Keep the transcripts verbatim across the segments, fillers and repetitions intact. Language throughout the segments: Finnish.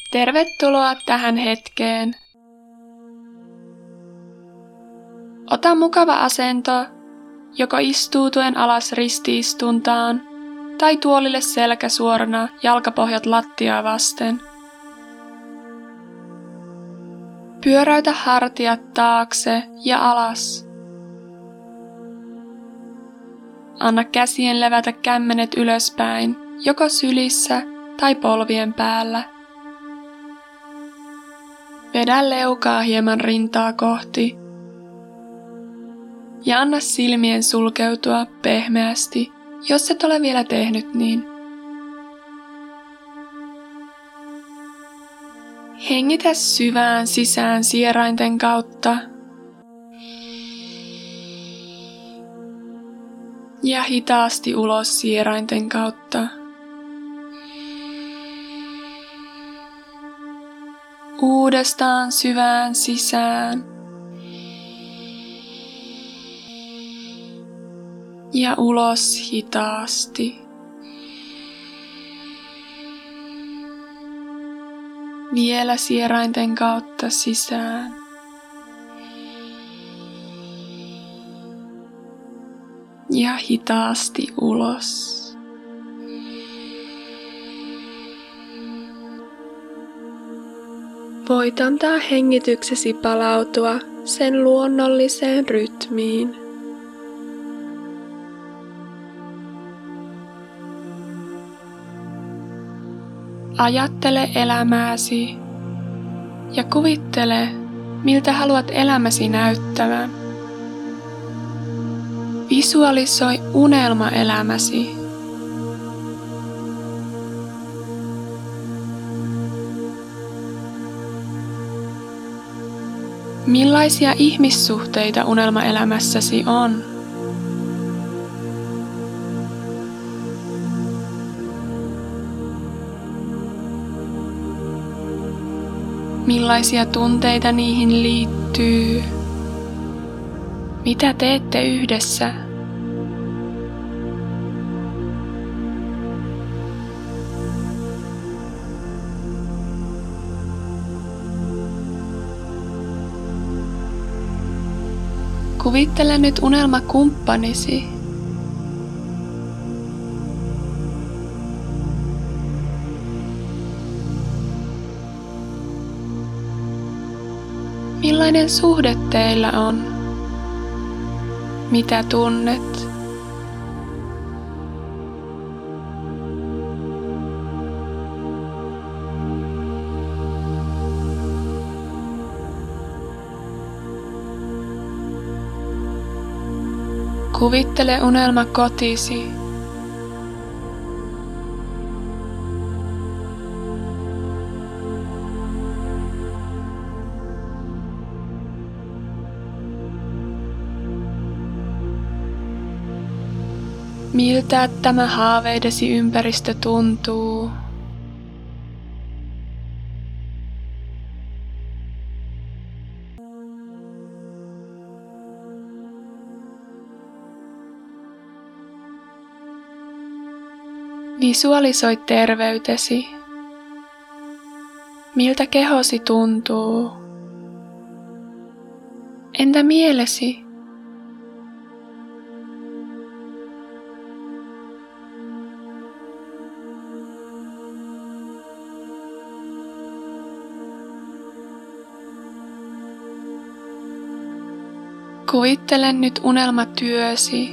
Tervetuloa tähän hetkeen. Ota mukava asento, joko istuutuen alas ristiistuntaan tai tuolille selkä suorana, jalkapohjat lattiaa vasten. Pyöräytä hartiat taakse ja alas. Anna käsien levätä kämmenet ylöspäin, joko sylissä tai polvien päällä. Vedä leukaa hieman rintaa kohti ja anna silmien sulkeutua pehmeästi, jos et ole vielä tehnyt niin. Hengitä syvään sisään sierainten kautta ja hitaasti ulos sierainten kautta. Uudestaan syvään sisään ja ulos hitaasti. Vielä sierainten kautta sisään. Ja hitaasti ulos. Voit antaa hengityksesi palautua sen luonnolliseen rytmiin. Ajattele elämääsi ja kuvittele, miltä haluat elämäsi näyttävän. Visualisoi unelmaelämäsi. Millaisia ihmissuhteita unelmaelämässäsi on? Millaisia tunteita niihin liittyy? Mitä teette yhdessä? Kuvittele nyt unelmakumppanisi. Millainen suhde teillä on? Mitä tunnet? Kuvittele unelmakotisi. Miltä tämä haaveidesi ympäristö tuntuu? Visualisoi terveytesi. Miltä kehosi tuntuu? Entä mielesi? Kuvittele nyt unelmatyösi.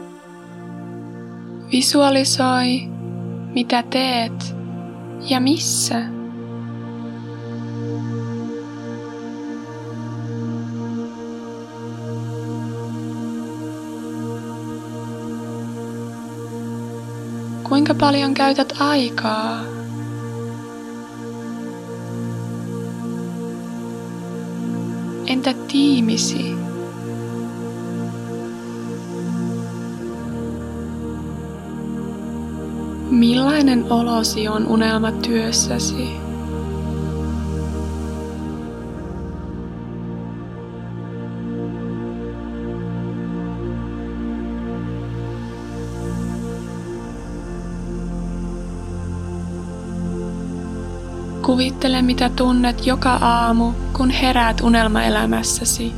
Visualisoi, mitä teet ja missä. Kuinka paljon käytät aikaa? Entä tiimisi? Millainen olosi on unelmatyössäsi? Kuvittele, mitä tunnet joka aamu, kun heräät unelmaelämässäsi.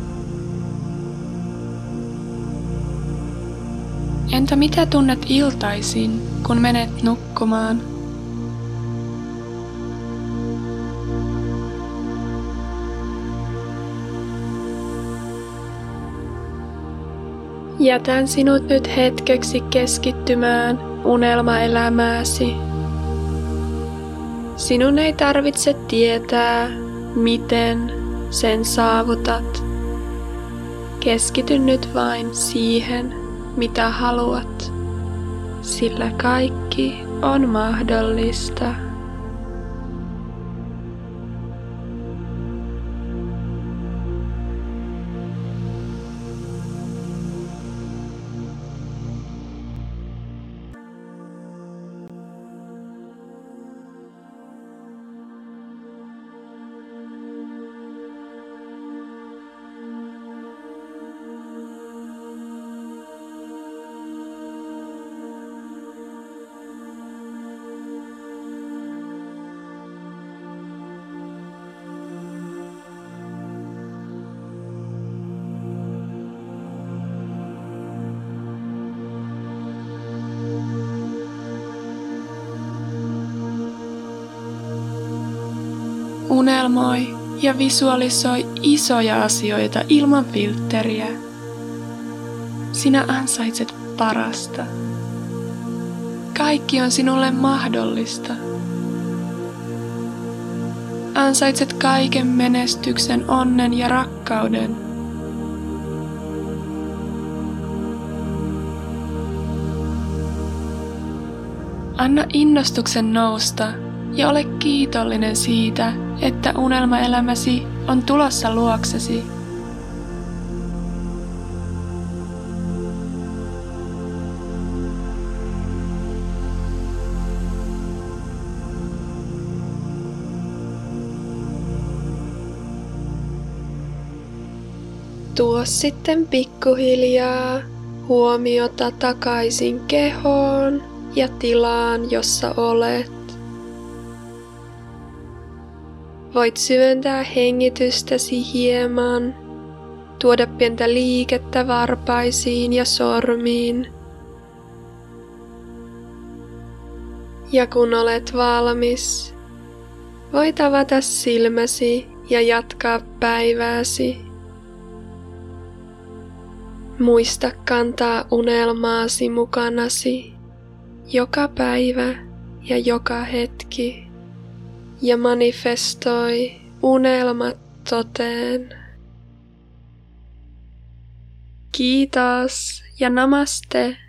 Entä mitä tunnet iltaisin, kun menet nukkumaan? Jätän sinut nyt hetkeksi keskittymään unelmaelämääsi. Sinun ei tarvitse tietää, miten sen saavutat. Keskity nyt vain siihen, mitä haluat, sillä kaikki on mahdollista. Unelmoi ja visualisoi isoja asioita ilman filtteriä. Sinä ansaitset parasta. Kaikki on sinulle mahdollista. Ansaitset kaiken menestyksen, onnen ja rakkauden. Anna innostuksen nousta ja ole kiitollinen siitä, että unelmaelämäsi on tulossa luoksesi. Tuo sitten pikkuhiljaa huomiota takaisin kehoon ja tilaan, jossa olet. Voit syventää hengitystäsi hieman, tuoda pientä liikettä varpaisiin ja sormiin. Ja kun olet valmis, voit avata silmäsi ja jatkaa päivääsi. Muista kantaa unelmaasi mukanasi joka päivä ja joka hetki. Ja manifestoi unelmat toteen. Kiitos ja namaste.